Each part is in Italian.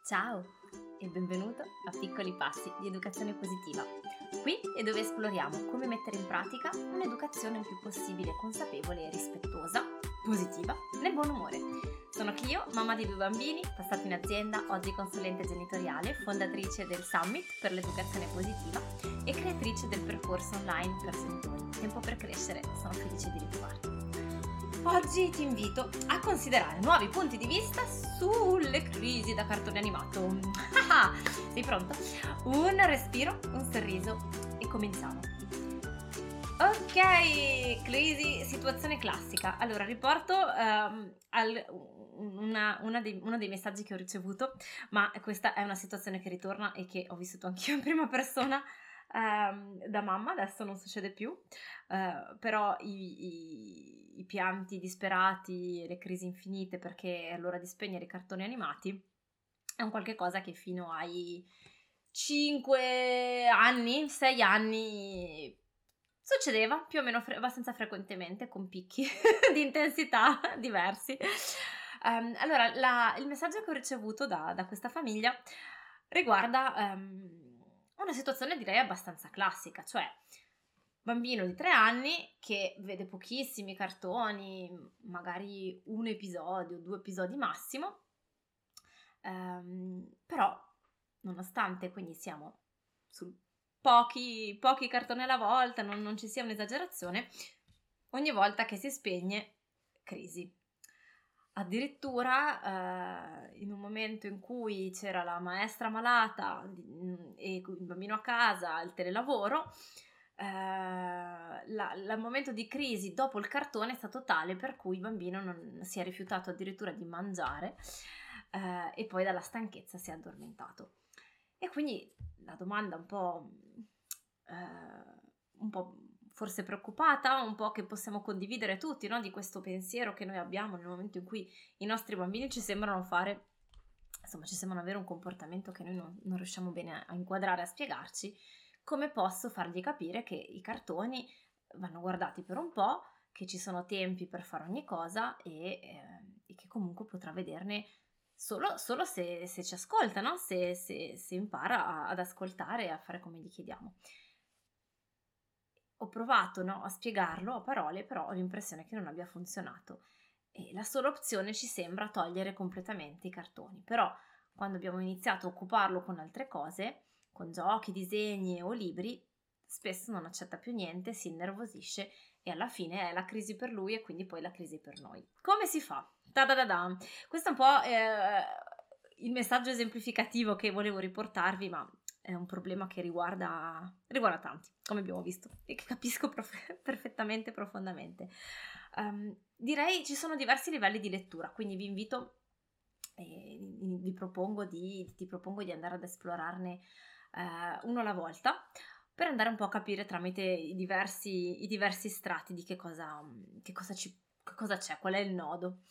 Ciao e benvenuto a Piccoli Passi di Educazione Positiva. Qui è dove esploriamo come mettere in pratica un'educazione il più possibile consapevole e rispettosa, positiva, nel buon umore. Sono Clio, mamma di 2 bambini, passata in azienda, oggi consulente genitoriale, fondatrice del Summit per l'educazione positiva e creatrice del percorso online per genitori. Tempo per crescere, sono felice di ritrovarti. Oggi ti invito a considerare nuovi punti di vista sulle crisi da cartone animato. Sei pronto? Un respiro, un sorriso e cominciamo. Ok, crisi, situazione classica. Allora, riporto uno dei messaggi che ho ricevuto, ma questa è una situazione che ritorna e che ho vissuto anch'io in prima persona da mamma, adesso non succede più. Però i pianti disperati e le crisi infinite perché è l'ora di spegnere i cartoni animati è un qualche cosa che fino ai 5 anni, 6 anni succedeva più o meno abbastanza frequentemente con picchi di intensità diversi. Allora, il messaggio che ho ricevuto da questa famiglia riguarda una situazione direi abbastanza classica, cioè bambino di 3 anni che vede pochissimi cartoni, magari un episodio, 2 episodi massimo, però nonostante quindi siamo su pochi cartoni alla volta, non ci sia un'esagerazione, ogni volta che si spegne, crisi. Addirittura in un momento in cui c'era la maestra malata e il bambino a casa, il telelavoro, il momento di crisi dopo il cartone è stato tale per cui il bambino non si è rifiutato addirittura di mangiare e poi dalla stanchezza si è addormentato. E quindi la domanda un po' forse preoccupata, un po' che possiamo condividere tutti, no? Di questo pensiero che noi abbiamo nel momento in cui i nostri bambini ci sembrano fare, insomma, ci sembrano avere un comportamento che noi non riusciamo bene a inquadrare, a spiegarci. Come posso fargli capire che i cartoni vanno guardati per un po', che ci sono tempi per fare ogni cosa e che comunque potrà vederne solo se ci ascolta, no? Se impara ad ascoltare e a fare come gli chiediamo. Ho provato, no, a spiegarlo a parole, però ho l'impressione che non abbia funzionato. E la sola opzione ci sembra togliere completamente i cartoni, però quando abbiamo iniziato a occuparlo con altre cose, con giochi, disegni o libri, spesso non accetta più niente, si innervosisce e alla fine è la crisi per lui e quindi poi la crisi per noi. Come si fa? Ta-da-da-da. Questo è un po' il messaggio esemplificativo che volevo riportarvi, ma è un problema che riguarda tanti, come abbiamo visto, e che capisco perfettamente, profondamente. Direi ci sono diversi livelli di lettura, quindi vi invito ti propongo di andare ad esplorarne uno alla volta per andare un po' a capire tramite i diversi strati di che cosa c'è, qual è il nodo.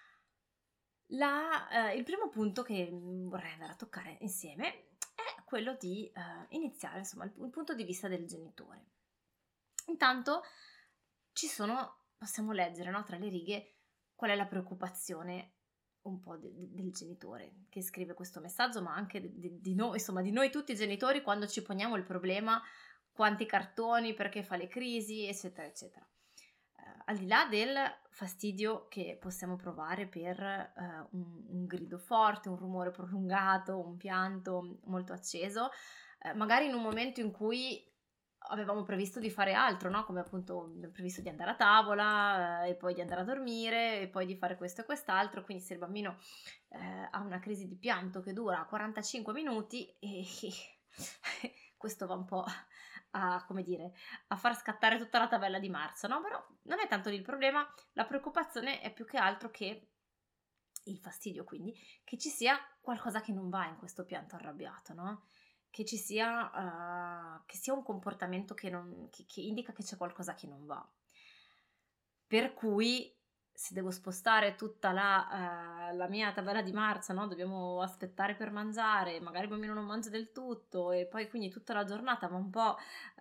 Il primo punto che vorrei andare a toccare insieme è quello di iniziare, insomma, il punto di vista del genitore. Intanto possiamo leggere, no, tra le righe qual è la preoccupazione un po' del genitore che scrive questo messaggio, ma anche di noi, insomma, di noi tutti i genitori quando ci poniamo il problema quanti cartoni, perché fa le crisi, eccetera, eccetera. Al di là del fastidio che possiamo provare per un grido forte, un rumore prolungato, un pianto molto acceso, magari in un momento in cui avevamo previsto di fare altro, no? Come appunto abbiamo previsto di andare a tavola e poi di andare a dormire e poi di fare questo e quest'altro, quindi se il bambino ha una crisi di pianto che dura 45 minuti e questo va un po' a far scattare tutta la tabella di marcia, no? Però non è tanto lì il problema, la preoccupazione è più che altro che il fastidio, quindi, che ci sia qualcosa che non va in questo pianto arrabbiato, no? Che ci sia un comportamento che indica che c'è qualcosa che non va. Per cui se devo spostare tutta la mia tabella di marcia, no? Dobbiamo aspettare per mangiare, magari il bambino non mangia del tutto e poi quindi tutta la giornata va un po'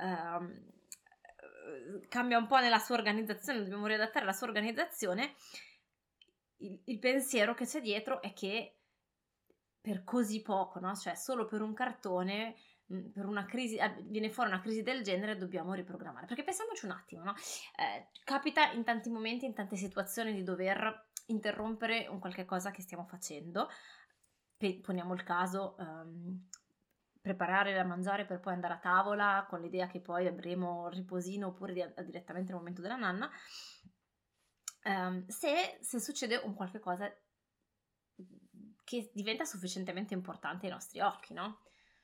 cambia un po' nella sua organizzazione, dobbiamo riadattare la sua organizzazione. Il pensiero che c'è dietro è che per così poco, no? Cioè solo per un cartone, per una crisi, viene fuori una crisi del genere, dobbiamo riprogrammare. Perché pensiamoci un attimo, no? Capita in tanti momenti, in tante situazioni di dover interrompere un qualche cosa che stiamo facendo. Poniamo il caso, preparare da mangiare per poi andare a tavola con l'idea che poi avremo il riposino oppure direttamente il momento della nanna. Se succede un qualche cosa che diventa sufficientemente importante ai nostri occhi, no?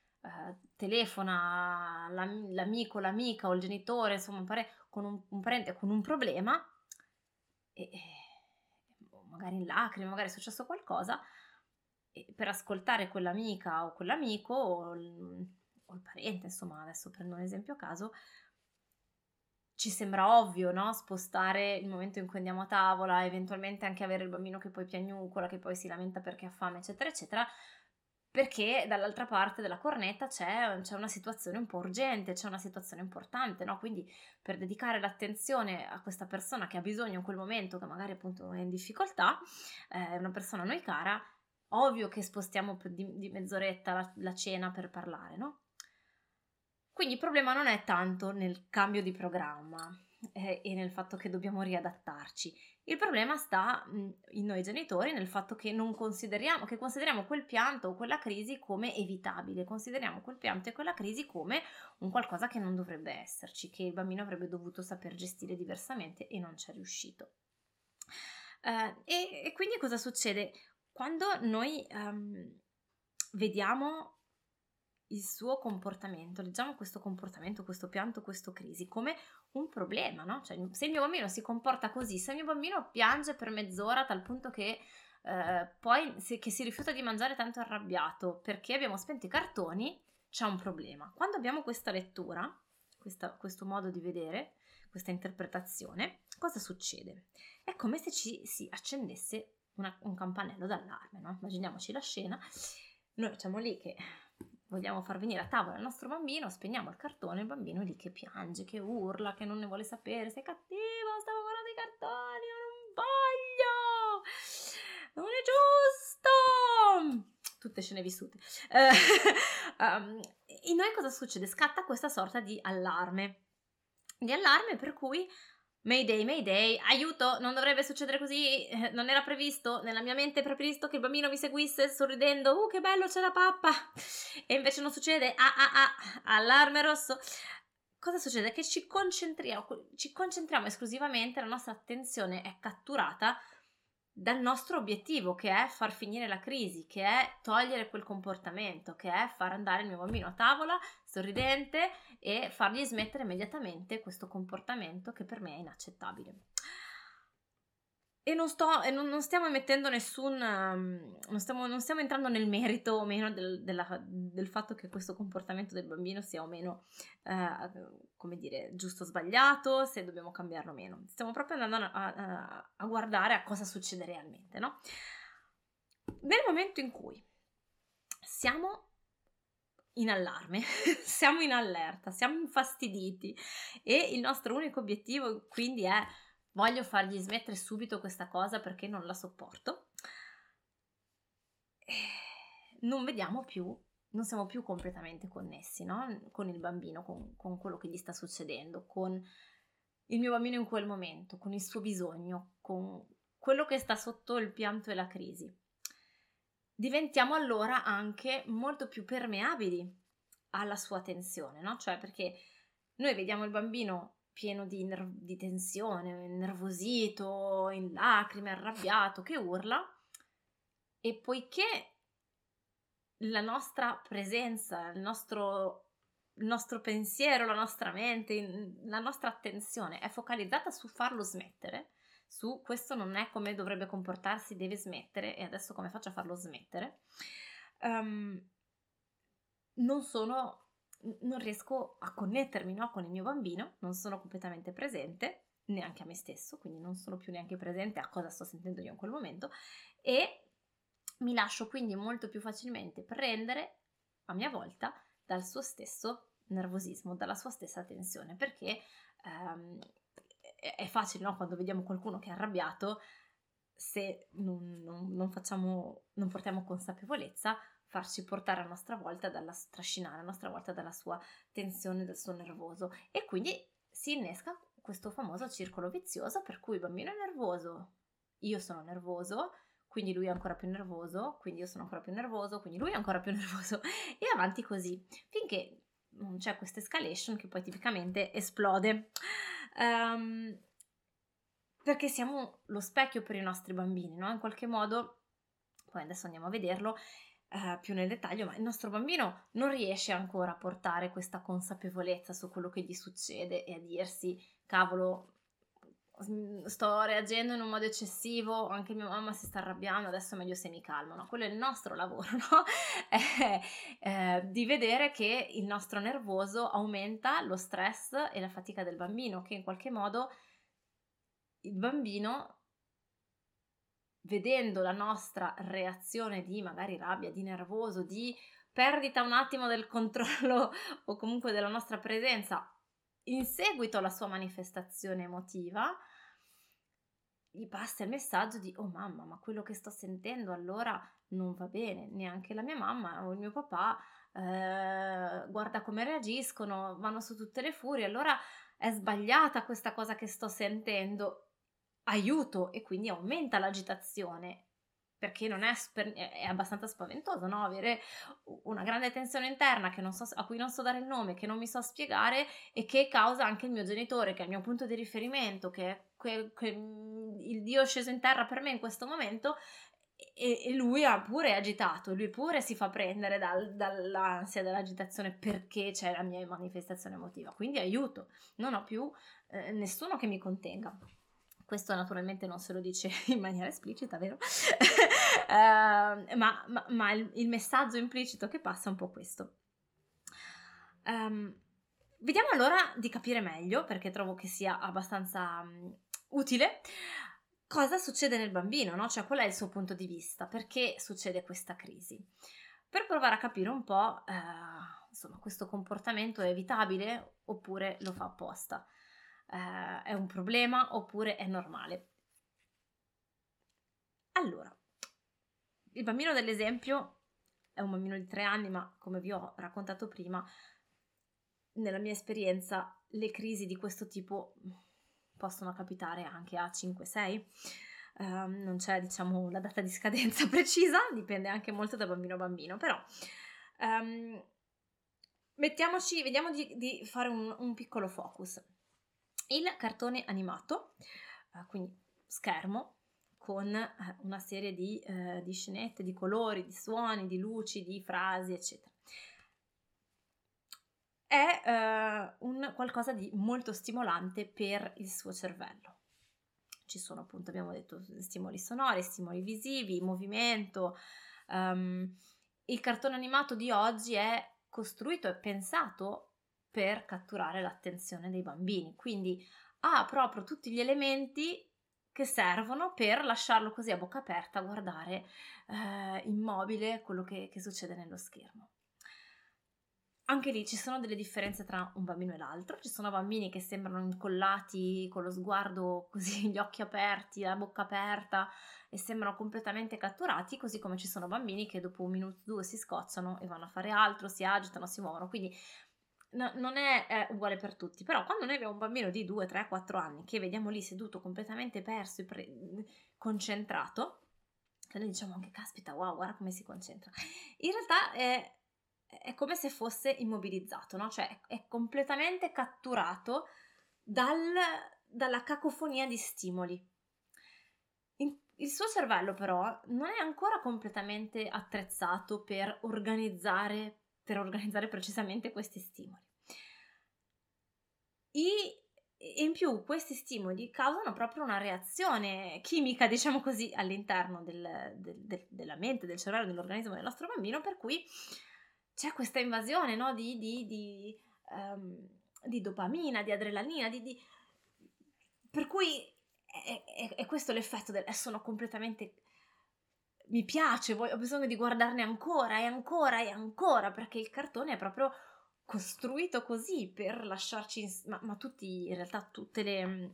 Telefona l'amico, l'amica o il genitore, insomma, con un parente con un problema e magari in lacrime, magari è successo qualcosa, e per ascoltare quell'amica o quell'amico o il parente, insomma, adesso prendo un esempio a caso, ci sembra ovvio, no? Spostare il momento in cui andiamo a tavola, eventualmente anche avere il bambino che poi piagnucola, che poi si lamenta perché ha fame, eccetera, eccetera, perché dall'altra parte della cornetta c'è una situazione un po' urgente, c'è una situazione importante, no? Quindi per dedicare l'attenzione a questa persona che ha bisogno in quel momento, che magari appunto è in difficoltà, è una persona a noi cara, ovvio che spostiamo di mezz'oretta la cena per parlare, no? Quindi il problema non è tanto nel cambio di programma e nel fatto che dobbiamo riadattarci. Il problema sta in noi genitori, nel fatto che consideriamo quel pianto o quella crisi come evitabile, consideriamo quel pianto e quella crisi come un qualcosa che non dovrebbe esserci, che il bambino avrebbe dovuto saper gestire diversamente e non c'è riuscito. E quindi cosa succede? Quando noi vediamo il suo comportamento, leggiamo questo comportamento, questo pianto, questa crisi come un problema, no? Cioè, se il mio bambino si comporta così, se il mio bambino piange per mezz'ora a tal punto che poi che si rifiuta di mangiare tanto arrabbiato perché abbiamo spento i cartoni, c'è un problema. Quando abbiamo questa lettura, questo modo di vedere, questa interpretazione, cosa succede? È come se si accendesse un campanello d'allarme, no? Immaginiamoci la scena, noi siamo lì che vogliamo far venire a tavola il nostro bambino, spegniamo il cartone, il bambino è lì che piange, che urla, che non ne vuole sapere, sei cattivo, stavo guardando i cartoni, io non voglio, non è giusto, tutte scene vissute. In noi cosa succede? Scatta questa sorta di allarme per cui Mayday, Mayday, aiuto, non dovrebbe succedere così, non era previsto, nella mia mente è previsto che il bambino mi seguisse sorridendo, che bello c'è la pappa, e invece non succede, allarme rosso. Cosa succede? Che ci concentriamo esclusivamente, la nostra attenzione è catturata dal nostro obiettivo, che è far finire la crisi, che è togliere quel comportamento, che è far andare il mio bambino a tavola sorridente e fargli smettere immediatamente questo comportamento che per me è inaccettabile. E non stiamo mettendo non stiamo entrando nel merito o meno del fatto che questo comportamento del bambino sia o meno, come dire, giusto o sbagliato, se dobbiamo cambiarlo o meno. Stiamo proprio andando a guardare a cosa succede realmente, no? Nel momento in cui siamo in allarme, siamo in allerta, siamo infastiditi e il nostro unico obiettivo quindi è voglio fargli smettere subito questa cosa perché non la sopporto, non siamo più completamente connessi, no? Con il bambino, con quello che gli sta succedendo, con il mio bambino in quel momento, con il suo bisogno, con quello che sta sotto il pianto e la crisi. Diventiamo allora anche molto più permeabili alla sua tensione, no? Cioè perché noi vediamo il bambino pieno di tensione, innervosito, in lacrime, arrabbiato, che urla, e poiché la nostra presenza, il nostro pensiero, la nostra mente, la nostra attenzione è focalizzata su farlo smettere, su questo non è come dovrebbe comportarsi, deve smettere, e adesso come faccio a farlo smettere, non riesco a connettermi, no, con il mio bambino, non sono completamente presente, neanche a me stesso, quindi non sono più neanche presente a cosa sto sentendo io in quel momento, e mi lascio quindi molto più facilmente prendere a mia volta dal suo stesso nervosismo, dalla sua stessa tensione, perché è facile, no? Quando vediamo qualcuno che è arrabbiato, se non portiamo consapevolezza, farci portare a nostra volta trascinare a nostra volta dalla sua tensione, dal suo nervoso, e quindi si innesca questo famoso circolo vizioso per cui il bambino è nervoso, io sono nervoso, quindi lui è ancora più nervoso, quindi io sono ancora più nervoso, quindi lui è ancora più nervoso, e avanti così, finché non c'è questa escalation che poi tipicamente esplode. Perché siamo lo specchio per i nostri bambini, no? In qualche modo, poi adesso andiamo a vederlo più nel dettaglio, ma il nostro bambino non riesce ancora a portare questa consapevolezza su quello che gli succede e a dirsi, cavolo, sto reagendo in un modo eccessivo, anche mia mamma si sta arrabbiando, adesso è meglio se mi calmo, no? Quello è il nostro lavoro, no? Di vedere che il nostro nervoso aumenta lo stress e la fatica del bambino, che in qualche modo il bambino, vedendo la nostra reazione di magari rabbia, di nervoso, di perdita un attimo del controllo o comunque della nostra presenza in seguito alla sua manifestazione emotiva, gli passa il messaggio di oh mamma, ma quello che sto sentendo allora non va bene, neanche la mia mamma o il mio papà, guarda come reagiscono, vanno su tutte le furie, allora è sbagliata questa cosa che sto sentendo, aiuto, e quindi aumenta l'agitazione, perché non è abbastanza spaventoso, no? Avere una grande tensione interna che a cui non so dare il nome, che non mi so spiegare e che causa anche il mio genitore, che è il mio punto di riferimento, che è il Dio sceso in terra per me in questo momento, e lui è pure agitato, lui pure si fa prendere dall'ansia, dall'agitazione perché c'è la mia manifestazione emotiva, quindi aiuto, non ho più nessuno che mi contenga. Questo naturalmente non se lo dice in maniera esplicita, vero? Ma il messaggio implicito che passa è un po' questo. Vediamo allora di capire meglio, perché trovo che sia abbastanza utile, cosa succede nel bambino, no? Cioè qual è il suo punto di vista, perché succede questa crisi. Per provare a capire un po', insomma, questo comportamento è evitabile oppure lo fa apposta. È un problema oppure è normale. Allora, il bambino dell'esempio è un bambino di 3 anni, ma come vi ho raccontato prima, nella mia esperienza le crisi di questo tipo possono capitare anche a 5-6. Non c'è, diciamo, la data di scadenza precisa, dipende anche molto da bambino a bambino, però vediamo di fare un piccolo focus. Il cartone animato, quindi schermo, con una serie di scenette, di colori, di suoni, di luci, di frasi, eccetera. È un qualcosa di molto stimolante per il suo cervello. Ci sono, appunto, abbiamo detto, stimoli sonori, stimoli visivi, movimento. Il cartone animato di oggi è costruito e pensato per catturare l'attenzione dei bambini, quindi ha proprio tutti gli elementi che servono per lasciarlo così a bocca aperta a guardare immobile quello che succede nello schermo. Anche lì ci sono delle differenze tra un bambino e l'altro, ci sono bambini che sembrano incollati con lo sguardo così, gli occhi aperti, la bocca aperta, e sembrano completamente catturati, così come ci sono bambini che dopo 1 minuto o 2 si scocciano e vanno a fare altro, si agitano, si muovono, quindi non è uguale per tutti. Però quando noi abbiamo un bambino di 2, 3, 4 anni che vediamo lì seduto completamente perso e concentrato, che noi diciamo anche caspita, wow, guarda come si concentra, in realtà è come se fosse immobilizzato, no? Cioè è completamente catturato dalla cacofonia di stimoli. Il suo cervello però non è ancora completamente attrezzato per organizzare precisamente questi stimoli. E in più questi stimoli causano proprio una reazione chimica, diciamo così, all'interno della mente, del cervello, dell'organismo del nostro bambino, per cui c'è questa invasione, no, di dopamina, di adrenalina, per cui è questo l'effetto del sono completamente, mi piace, ho bisogno di guardarne ancora e ancora e ancora, perché il cartone è proprio costruito così per lasciarci ma tutti, in realtà tutte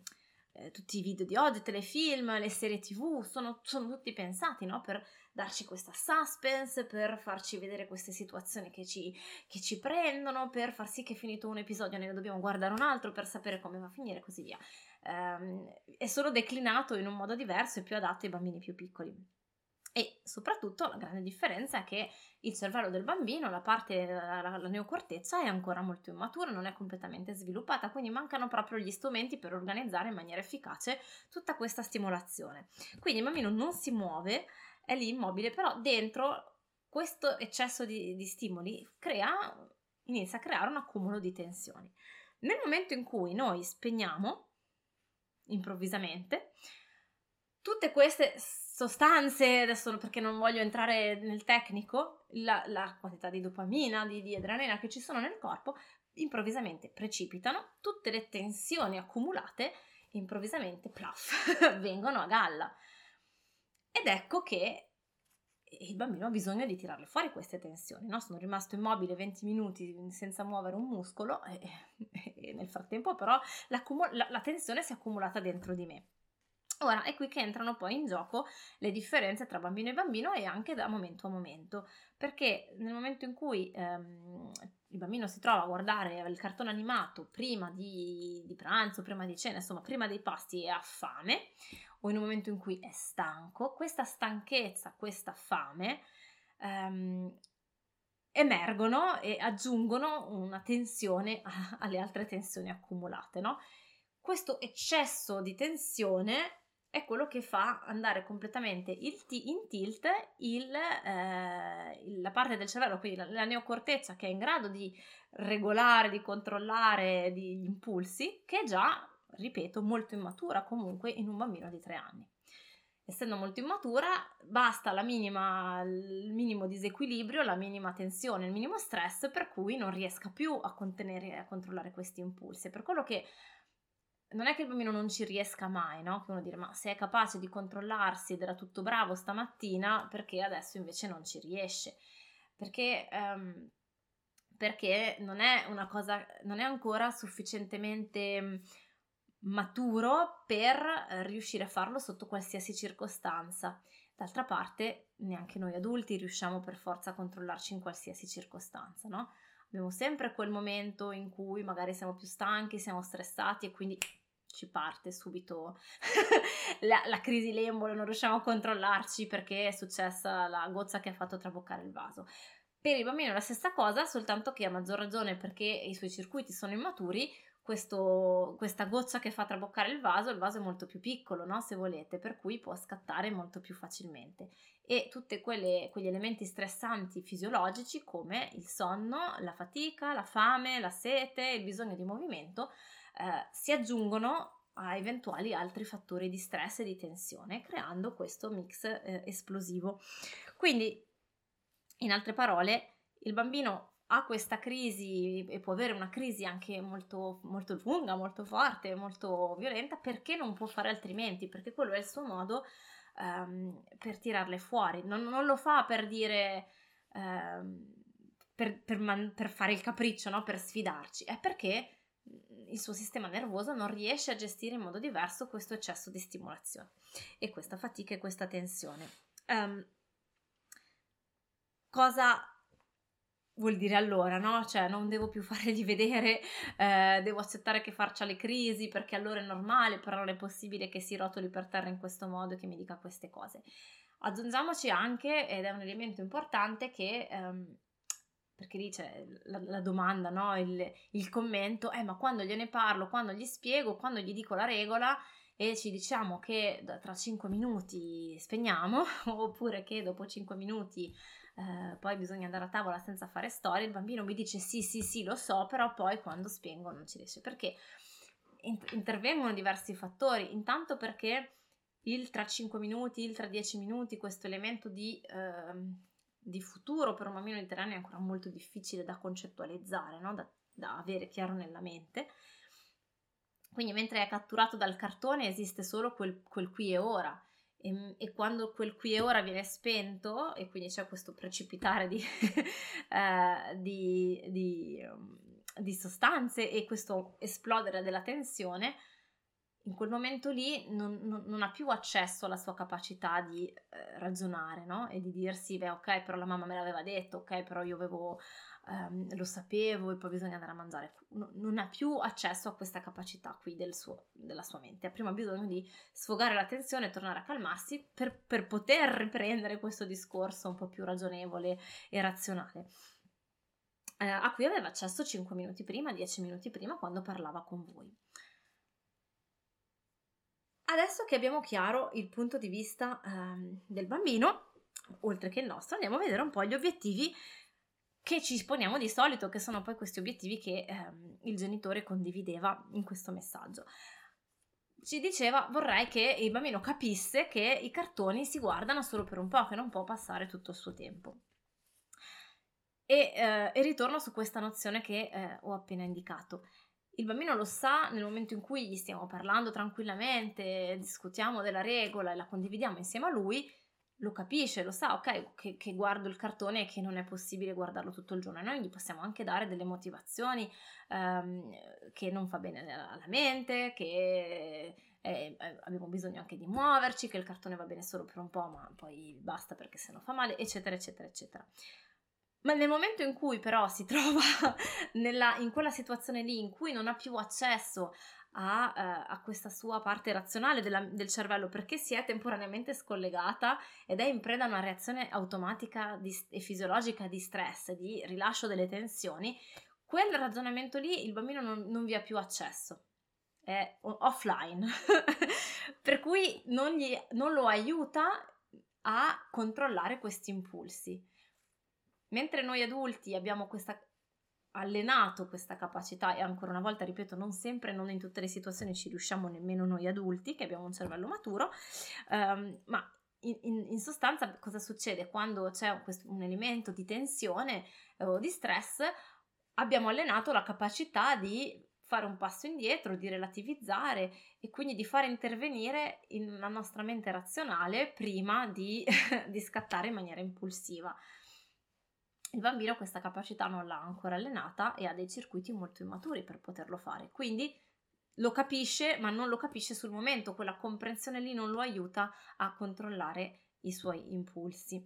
tutti i video di oggi, telefilm, le serie TV, sono tutti pensati, no? Per darci questa suspense, per farci vedere queste situazioni che ci prendono, per far sì che finito un episodio ne dobbiamo guardare un altro per sapere come va a finire e così via. È solo declinato in un modo diverso e più adatto ai bambini più piccoli. E soprattutto la grande differenza è che il cervello del bambino, la neocorteccia, è ancora molto immatura, non è completamente sviluppata, quindi mancano proprio gli strumenti per organizzare in maniera efficace tutta questa stimolazione. Quindi il bambino non si muove, è lì immobile, però dentro questo eccesso di stimoli inizia a creare un accumulo di tensioni. Nel momento in cui noi spegniamo improvvisamente tutte queste sostanze, adesso perché non voglio entrare nel tecnico, la quantità di dopamina, di adrenalina che ci sono nel corpo, improvvisamente precipitano, tutte le tensioni accumulate improvvisamente, plaf, vengono a galla. Ed ecco che il bambino ha bisogno di tirarle fuori queste tensioni, no? Sono rimasto immobile 20 minuti senza muovere un muscolo e nel frattempo però la tensione si è accumulata dentro di me. Ora è qui che entrano poi in gioco le differenze tra bambino e bambino e anche da momento a momento, perché nel momento in cui il bambino si trova a guardare il cartone animato prima di pranzo, prima di cena, insomma prima dei pasti e ha fame, o in un momento in cui è stanco, questa stanchezza, questa fame emergono e aggiungono una tensione alle altre tensioni accumulate, no? Questo eccesso di tensione è quello che fa andare completamente in tilt la parte del cervello, quindi la neocorteccia, che è in grado di regolare, di controllare gli impulsi, che è già, ripeto, molto immatura comunque in un bambino di 3 anni. Essendo molto immatura, basta il minimo disequilibrio, la minima tensione, il minimo stress, per cui non riesca più a contenere e a controllare questi impulsi. Per quello che non è che il bambino non ci riesca mai, no? Che uno dire, ma se è capace di controllarsi ed era tutto bravo stamattina, perché adesso invece non ci riesce? Perché non è una cosa, non è ancora sufficientemente maturo per riuscire a farlo sotto qualsiasi circostanza. D'altra parte, neanche noi adulti riusciamo per forza a controllarci in qualsiasi circostanza, no? Abbiamo sempre quel momento in cui magari siamo più stanchi, siamo stressati e quindi ci parte subito la crisi l'embolo, non riusciamo a controllarci perché è successa la goccia che ha fatto traboccare il vaso. Per il bambino è la stessa cosa, soltanto che a maggior ragione perché i suoi circuiti sono immaturi, questa goccia che fa traboccare il vaso è molto più piccolo, no? Se volete, per cui può scattare molto più facilmente. E tutti quegli elementi stressanti fisiologici come il sonno, la fatica, la fame, la sete, il bisogno di movimento si aggiungono a eventuali altri fattori di stress e di tensione, creando questo mix esplosivo. Quindi, in altre parole, il bambino ha questa crisi e può avere una crisi anche molto, molto lunga, molto forte, molto violenta, perché non può fare altrimenti, perché quello è il suo modo per tirarle fuori. Non lo fa per dire per fare il capriccio, no? Per sfidarci, è perché il suo sistema nervoso non riesce a gestire in modo diverso questo eccesso di stimolazione e questa fatica e questa tensione. Cosa vuol dire allora, no? Cioè non devo più fargli vedere, devo accettare che faccia le crisi perché allora è normale, però non è possibile che si rotoli per terra in questo modo e che mi dica queste cose. Aggiungiamoci anche, ed è un elemento importante, che perché lì c'è la domanda, no? Il commento, ma quando gliene parlo, quando gli spiego, quando gli dico la regola e ci diciamo che tra 5 minuti spegniamo, oppure che dopo 5 minuti poi bisogna andare a tavola senza fare storie, il bambino mi dice sì, lo so, però poi quando spengo non ci riesce. Perché intervengono diversi fattori, intanto perché il tra 5 minuti, il tra 10 minuti, questo elemento di futuro per un bambino di 3 anni è ancora molto difficile da concettualizzare, no? da avere chiaro nella mente. Quindi mentre è catturato dal cartone esiste solo quel qui e ora, e quando quel qui e ora viene spento e quindi c'è questo precipitare di sostanze e questo esplodere della tensione, in quel momento lì non ha più accesso alla sua capacità di ragionare, no? E di dirsi, beh, ok, però la mamma me l'aveva detto, ok, però io avevo, lo sapevo e poi bisogna andare a mangiare. Non ha più accesso a questa capacità qui della sua mente. Ha prima bisogno di sfogare la tensione e tornare a calmarsi per poter riprendere questo discorso un po' più ragionevole e razionale. A cui aveva accesso 5 minuti prima, 10 minuti prima, quando parlava con voi. Adesso che abbiamo chiaro il punto di vista del bambino, oltre che il nostro, andiamo a vedere un po' gli obiettivi che ci poniamo di solito, che sono poi questi obiettivi che il genitore condivideva in questo messaggio. Ci diceva: vorrei che il bambino capisse che i cartoni si guardano solo per un po', che non può passare tutto il suo tempo. E ritorno su questa nozione che ho appena indicato. Il bambino lo sa nel momento in cui gli stiamo parlando tranquillamente, discutiamo della regola e la condividiamo insieme a lui, lo capisce, lo sa, ok, che guardo il cartone e che non è possibile guardarlo tutto il giorno. E noi gli possiamo anche dare delle motivazioni, che non fa bene alla mente, che abbiamo bisogno anche di muoverci, che il cartone va bene solo per un po', ma poi basta perché sennò fa male, eccetera, eccetera, eccetera. Ma nel momento in cui però si trova in quella situazione lì in cui non ha più accesso a questa sua parte razionale del cervello, perché si è temporaneamente scollegata ed è in preda a una reazione automatica e fisiologica di stress, di rilascio delle tensioni, quel ragionamento lì il bambino non vi ha più accesso, è offline, per cui non lo aiuta a controllare questi impulsi. Mentre noi adulti abbiamo allenato questa capacità, e ancora una volta ripeto, non sempre, non in tutte le situazioni ci riusciamo nemmeno noi adulti che abbiamo un cervello maturo, ma in sostanza cosa succede? Quando c'è un elemento di tensione o di stress, abbiamo allenato la capacità di fare un passo indietro, di relativizzare e quindi di fare intervenire la nostra mente razionale prima di scattare in maniera impulsiva. Il bambino questa capacità non l'ha ancora allenata e ha dei circuiti molto immaturi per poterlo fare, quindi lo capisce, ma non lo capisce sul momento, quella comprensione lì non lo aiuta a controllare i suoi impulsi.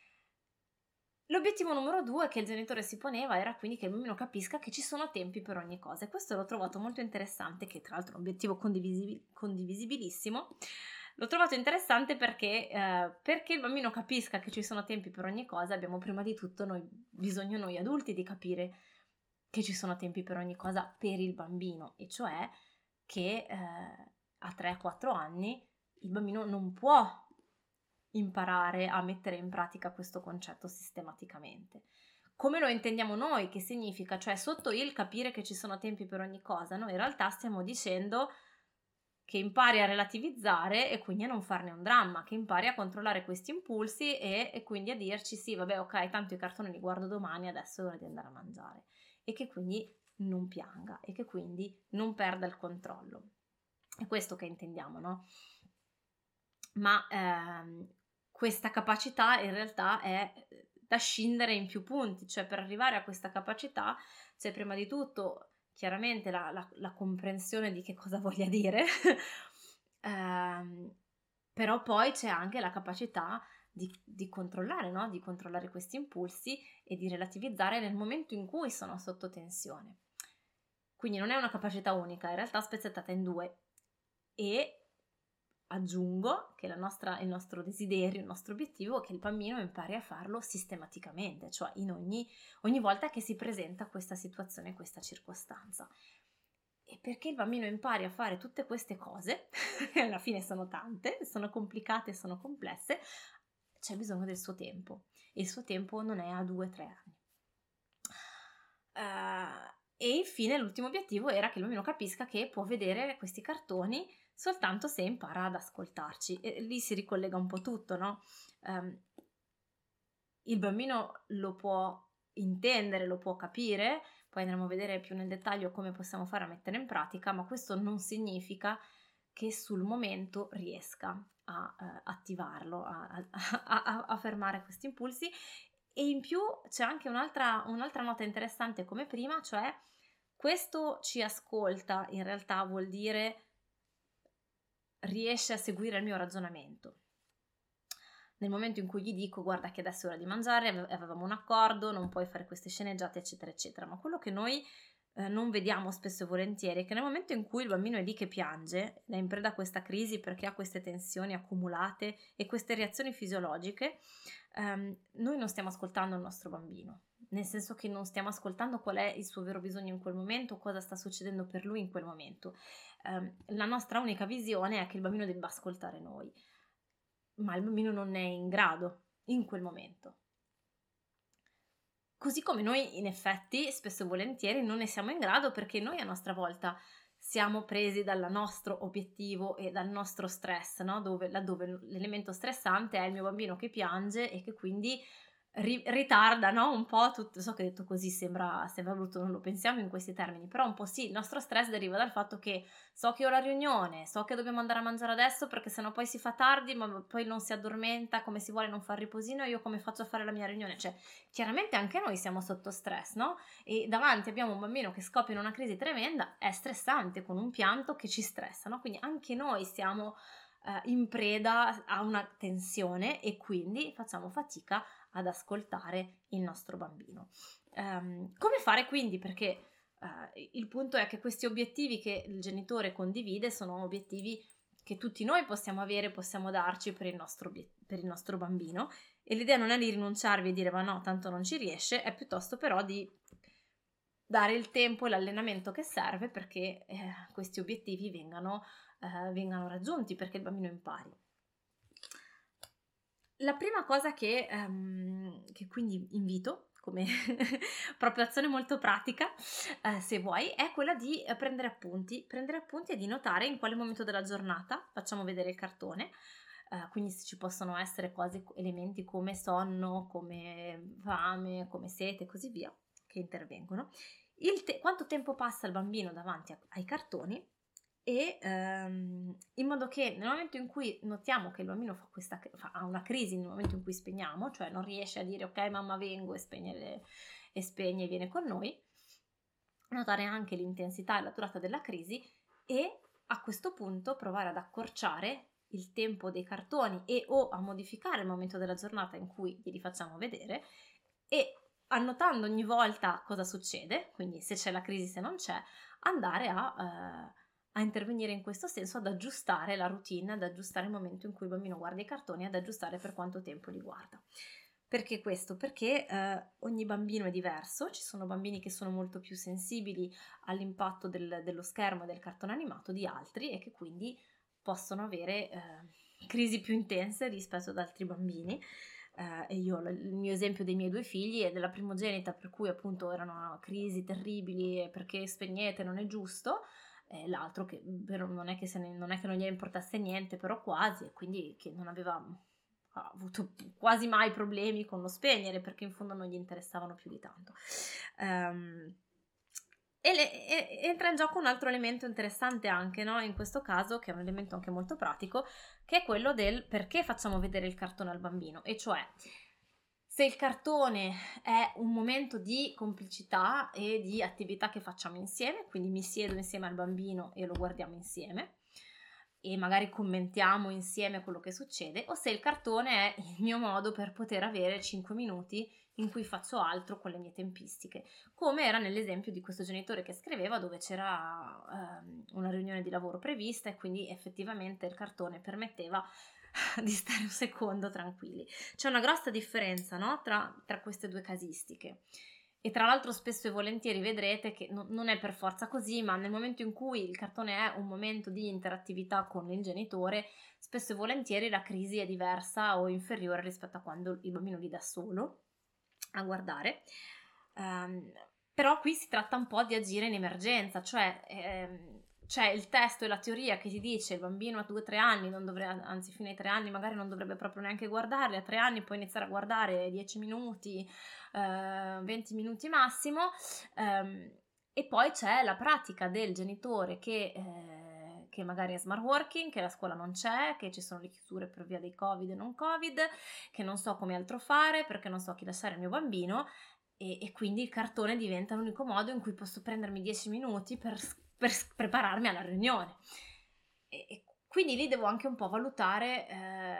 L'obiettivo numero 2 che il genitore si poneva era quindi che il bambino capisca che ci sono tempi per ogni cosa, e questo l'ho trovato molto interessante, che tra l'altro è un obiettivo condivisibilissimo. L'ho trovato interessante perché il bambino capisca che ci sono tempi per ogni cosa, abbiamo prima di tutto bisogno noi adulti di capire che ci sono tempi per ogni cosa per il bambino, e cioè che a 3-4 anni il bambino non può imparare a mettere in pratica questo concetto sistematicamente. Come lo intendiamo noi, che significa, cioè sotto il capire che ci sono tempi per ogni cosa, noi in realtà stiamo dicendo che impari a relativizzare e quindi a non farne un dramma, che impari a controllare questi impulsi e quindi a dirci sì, vabbè, ok, tanto i cartoni li guardo domani, adesso è ora di andare a mangiare, e che quindi non pianga e che quindi non perda il controllo. È questo che intendiamo, no? Ma questa capacità in realtà è da scindere in più punti, cioè per arrivare a questa capacità c'è prima di tutto chiaramente la comprensione di che cosa voglia dire, però poi c'è anche la capacità di controllare, no? Di controllare questi impulsi e di relativizzare nel momento in cui sono sotto tensione. Quindi non è una capacità unica, in realtà spezzettata in due, e aggiungo che il nostro desiderio, il nostro obiettivo è che il bambino impari a farlo sistematicamente, cioè ogni volta che si presenta questa situazione, questa circostanza. E perché il bambino impari a fare tutte queste cose, alla fine sono tante, sono complicate, sono complesse, c'è bisogno del suo tempo, e il suo tempo non è a 2-3 anni. E infine l'ultimo obiettivo era che il bambino capisca che può vedere questi cartoni soltanto se impara ad ascoltarci, e lì si ricollega un po' tutto, no? Il bambino lo può intendere, lo può capire, poi andremo a vedere più nel dettaglio come possiamo fare a mettere in pratica, ma questo non significa che sul momento riesca a attivarlo, a fermare questi impulsi. E in più c'è anche un'altra nota interessante come prima, cioè questo ci ascolta in realtà vuol dire riesce a seguire il mio ragionamento. Nel momento in cui gli dico guarda che adesso è ora di mangiare, avevamo un accordo, non puoi fare queste sceneggiate eccetera eccetera, ma quello che noi non vediamo spesso e volentieri è che nel momento in cui il bambino è lì che piange, è in preda a questa crisi perché ha queste tensioni accumulate e queste reazioni fisiologiche, noi non stiamo ascoltando il nostro bambino, nel senso che non stiamo ascoltando qual è il suo vero bisogno in quel momento, cosa sta succedendo per lui in quel momento. La nostra unica visione è che il bambino debba ascoltare noi, ma il bambino non è in grado in quel momento. Così come noi in effetti spesso e volentieri non ne siamo in grado perché noi a nostra volta siamo presi dal nostro obiettivo e dal nostro stress, no? Laddove l'elemento stressante è il mio bambino che piange e che quindi ritarda, no? Un po' tutto. So che detto così sembra brutto, non lo pensiamo in questi termini, però un po' sì, il nostro stress deriva dal fatto che so che ho la riunione, so che dobbiamo andare a mangiare adesso perché sennò poi si fa tardi, ma poi non si addormenta come si vuole, non fa il riposino, e io come faccio a fare la mia riunione? Cioè, chiaramente anche noi siamo sotto stress, no? E davanti abbiamo un bambino che scoppia in una crisi tremenda, è stressante, con un pianto che ci stressa, no? Quindi anche noi siamo in preda a una tensione e quindi facciamo fatica ad ascoltare il nostro bambino. Come fare quindi? Perché il punto è che questi obiettivi che il genitore condivide sono obiettivi che tutti noi possiamo avere, possiamo darci per il nostro bambino, e l'idea non è di rinunciarvi e dire ma no, tanto non ci riesce, è piuttosto però di dare il tempo e l'allenamento che serve perché questi obiettivi vengano raggiunti, perché il bambino impari. La prima cosa che quindi invito come proprio azione molto pratica, se vuoi, è quella di prendere appunti e di notare in quale momento della giornata facciamo vedere il cartone, quindi se ci possono essere cose, elementi come sonno, come fame, come sete e così via, che intervengono, quanto tempo passa il bambino davanti ai cartoni, e in modo che nel momento in cui notiamo che il bambino ha una crisi, nel momento in cui spegniamo, cioè non riesce a dire ok mamma vengo e spegne e viene con noi, notare anche l'intensità e la durata della crisi e a questo punto provare ad accorciare il tempo dei cartoni e o a modificare il momento della giornata in cui glieli facciamo vedere, e annotando ogni volta cosa succede, quindi se c'è la crisi, se non c'è, andare a intervenire in questo senso, ad aggiustare la routine, ad aggiustare il momento in cui il bambino guarda i cartoni, ad aggiustare per quanto tempo li guarda. Perché questo? Perché ogni bambino è diverso, ci sono bambini che sono molto più sensibili all'impatto dello schermo e del cartone animato di altri e che quindi possono avere crisi più intense rispetto ad altri bambini. E io il mio esempio dei miei 2 figli è della primogenita, per cui appunto erano crisi terribili perché spegnete, non è giusto, l'altro che non è che non gli importasse niente, però quasi, e quindi che non aveva avuto quasi mai problemi con lo spegnere perché in fondo non gli interessavano più di tanto. Entra in gioco un altro elemento interessante anche, no? In questo caso, che è un elemento anche molto pratico, che è quello del perché facciamo vedere il cartone al bambino, e cioè se il cartone è un momento di complicità e di attività che facciamo insieme, quindi mi siedo insieme al bambino e lo guardiamo insieme e magari commentiamo insieme quello che succede, o se il cartone è il mio modo per poter avere 5 minuti in cui faccio altro con le mie tempistiche, come era nell'esempio di questo genitore che scriveva, dove c'era una riunione di lavoro prevista e quindi effettivamente il cartone permetteva di stare un secondo tranquilli. C'è una grossa differenza, no? tra queste due casistiche. E tra l'altro spesso e volentieri vedrete che non è per forza così, ma nel momento in cui il cartone è un momento di interattività con il genitore, spesso e volentieri la crisi è diversa o inferiore rispetto a quando il bambino lì da solo a guardare. Però qui si tratta un po' di agire in emergenza, cioè c'è il testo e la teoria che ti dice il bambino a 2-3 anni non dovrebbe, anzi fino ai 3 anni magari non dovrebbe proprio neanche guardarli, a 3 anni puoi iniziare a guardare 10 minuti, 20 minuti massimo, e poi c'è la pratica del genitore che magari è smart working, che la scuola non c'è, che ci sono le chiusure per via dei covid e non covid, che non so come altro fare perché non so a chi lasciare il mio bambino, e quindi il cartone diventa l'unico modo in cui posso prendermi 10 minuti per prepararmi alla riunione. E quindi lì devo anche un po' valutare,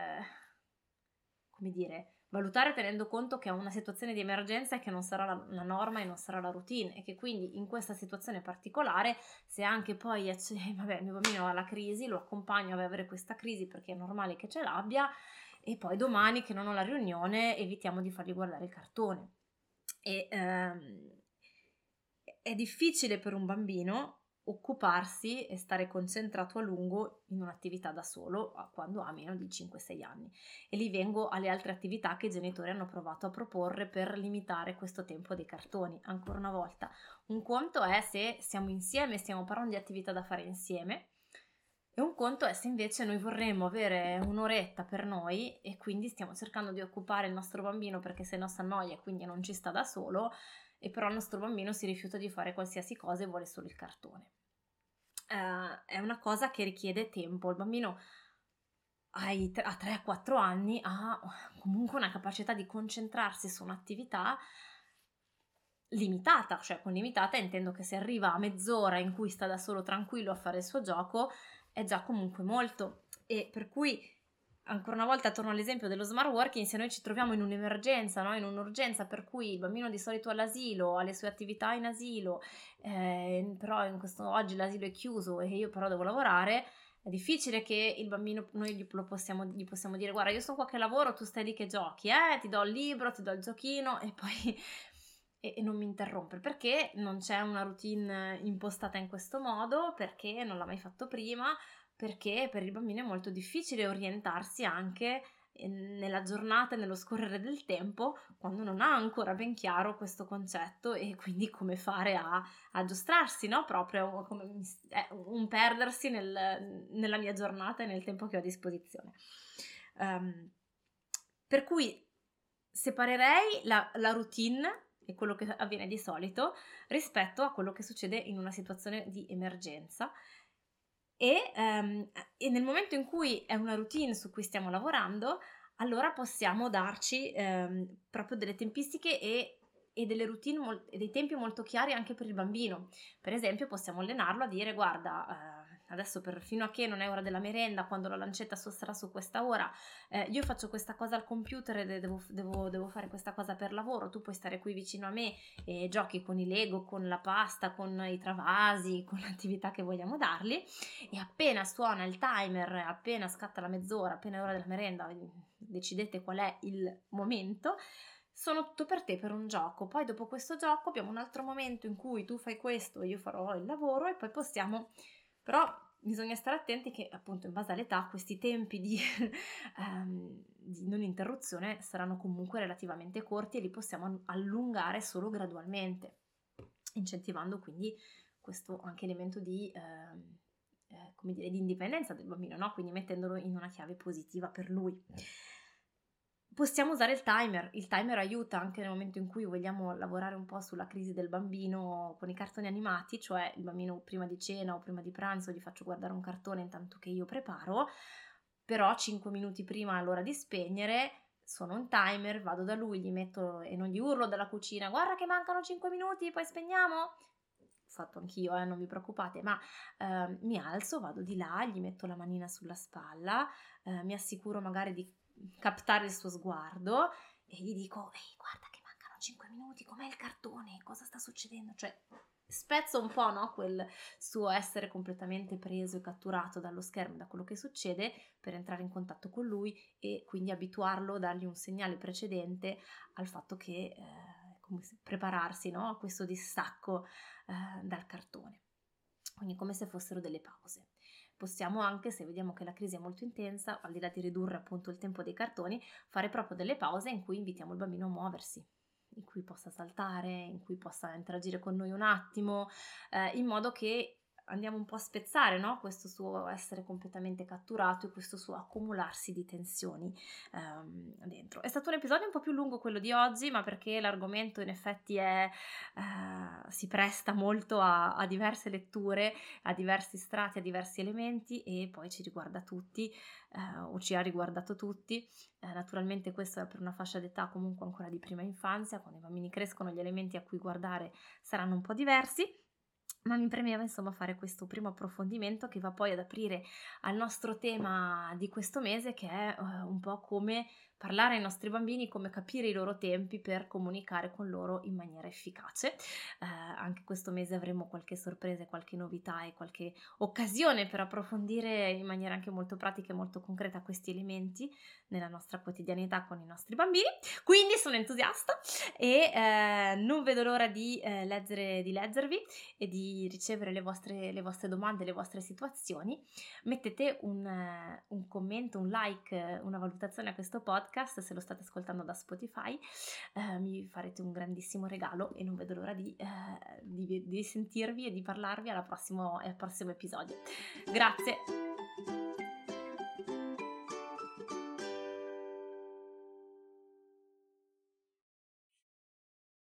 come dire, valutare tenendo conto che è una situazione di emergenza e che non sarà la norma e non sarà la routine, e che quindi in questa situazione particolare, se anche poi vabbè, il mio bambino ha la crisi, lo accompagno ad avere questa crisi perché è normale che ce l'abbia, e poi domani che non ho la riunione evitiamo di fargli guardare il cartone. E è difficile per un bambino occuparsi e stare concentrato a lungo in un'attività da solo quando ha meno di 5-6 anni. E lì vengo alle altre attività che i genitori hanno provato a proporre per limitare questo tempo dei cartoni. Ancora una volta, un conto è se siamo insieme, stiamo parlando di attività da fare insieme, e un conto è se invece noi vorremmo avere un'oretta per noi e quindi stiamo cercando di occupare il nostro bambino perché se no si annoia e quindi non ci sta da solo, e però il nostro bambino si rifiuta di fare qualsiasi cosa e vuole solo il cartone. È una cosa che richiede tempo. Il bambino a 3-4 anni ha comunque una capacità di concentrarsi su un'attività limitata, cioè con limitata intendo che se arriva a mezz'ora in cui sta da solo tranquillo a fare il suo gioco è già comunque molto, e per cui ancora una volta torno all'esempio dello smart working. Se noi ci troviamo in un'emergenza, no? In un'urgenza per cui il bambino di solito è all'asilo, ha le sue attività in asilo, però oggi l'asilo è chiuso e io però devo lavorare, è difficile che il bambino, noi gli possiamo dire guarda io sono qua che lavoro, tu stai lì che giochi, ti do il libro, ti do il giochino e poi e non mi interrompere, perché non c'è una routine impostata in questo modo, perché non l'ha mai fatto prima, perché per il bambino è molto difficile orientarsi anche nella giornata e nello scorrere del tempo quando non ha ancora ben chiaro questo concetto e quindi come fare a aggiustarsi, no? Proprio come un perdersi nella mia giornata e nel tempo che ho a disposizione. Per cui separerei la routine e quello che avviene di solito rispetto a quello che succede in una situazione di emergenza. E nel momento in cui è una routine su cui stiamo lavorando, allora possiamo darci proprio delle tempistiche e delle routine e dei tempi molto chiari anche per il bambino. Per esempio possiamo allenarlo a dire guarda, adesso fino a che non è ora della merenda, quando la lancetta sarà su questa ora, io faccio questa cosa al computer e devo fare questa cosa per lavoro, tu puoi stare qui vicino a me e giochi con i Lego, con la pasta, con i travasi, con l'attività che vogliamo dargli, e appena suona il timer, appena scatta la mezz'ora, appena è ora della merenda, decidete qual è il momento, sono tutto per te per un gioco. Poi dopo questo gioco abbiamo un altro momento in cui tu fai questo e io farò il lavoro e poi possiamo, però bisogna stare attenti che appunto in base all'età questi tempi di non interruzione saranno comunque relativamente corti e li possiamo allungare solo gradualmente, incentivando quindi questo anche elemento di come dire, di indipendenza del bambino, no? Quindi mettendolo in una chiave positiva per lui. Possiamo usare il timer aiuta anche nel momento in cui vogliamo lavorare un po' sulla crisi del bambino con i cartoni animati, cioè il bambino prima di cena o prima di pranzo gli faccio guardare un cartone intanto che io preparo, però 5 minuti prima all'ora di spegnere sono un timer, vado da lui, gli metto e non gli urlo dalla cucina guarda che mancano 5 minuti, poi spegniamo. Fatto anch'io, non vi preoccupate, ma mi alzo, vado di là, gli metto la manina sulla spalla, mi assicuro magari di captare il suo sguardo e gli dico ehi guarda che mancano 5 minuti, com'è il cartone, cosa sta succedendo, cioè spezzo un po', no, quel suo essere completamente preso e catturato dallo schermo, da quello che succede, per entrare in contatto con lui e quindi abituarlo, dargli un segnale precedente al fatto che prepararsi, no, a questo distacco dal cartone, quindi come se fossero delle pause. Possiamo anche, se vediamo che la crisi è molto intensa, al di là di ridurre appunto il tempo dei cartoni, fare proprio delle pause in cui invitiamo il bambino a muoversi, in cui possa saltare, in cui possa interagire con noi un attimo, in modo che andiamo un po' a spezzare, no? Questo suo essere completamente catturato e questo suo accumularsi di tensioni dentro. È stato un episodio un po' più lungo quello di oggi, ma perché l'argomento in effetti si presta molto a diverse letture, a diversi strati, a diversi elementi, e poi ci riguarda tutti o ci ha riguardato tutti. Naturalmente questo è per una fascia d'età comunque ancora di prima infanzia. Quando i bambini crescono gli elementi a cui guardare saranno un po' diversi, Ma mi premeva insomma fare questo primo approfondimento che va poi ad aprire al nostro tema di questo mese, che è un po' come parlare ai nostri bambini, come capire i loro tempi per comunicare con loro in maniera efficace. Anche questo mese avremo qualche sorpresa, e qualche novità e qualche occasione per approfondire in maniera anche molto pratica e molto concreta questi elementi nella nostra quotidianità con i nostri bambini. Quindi sono entusiasta e non vedo l'ora di leggervi e di ricevere le vostre domande, le vostre situazioni. Mettete un commento, un like, una valutazione a questo podcast se lo state ascoltando da Spotify, mi farete un grandissimo regalo e non vedo l'ora di sentirvi e di parlarvi al prossimo episodio. Grazie!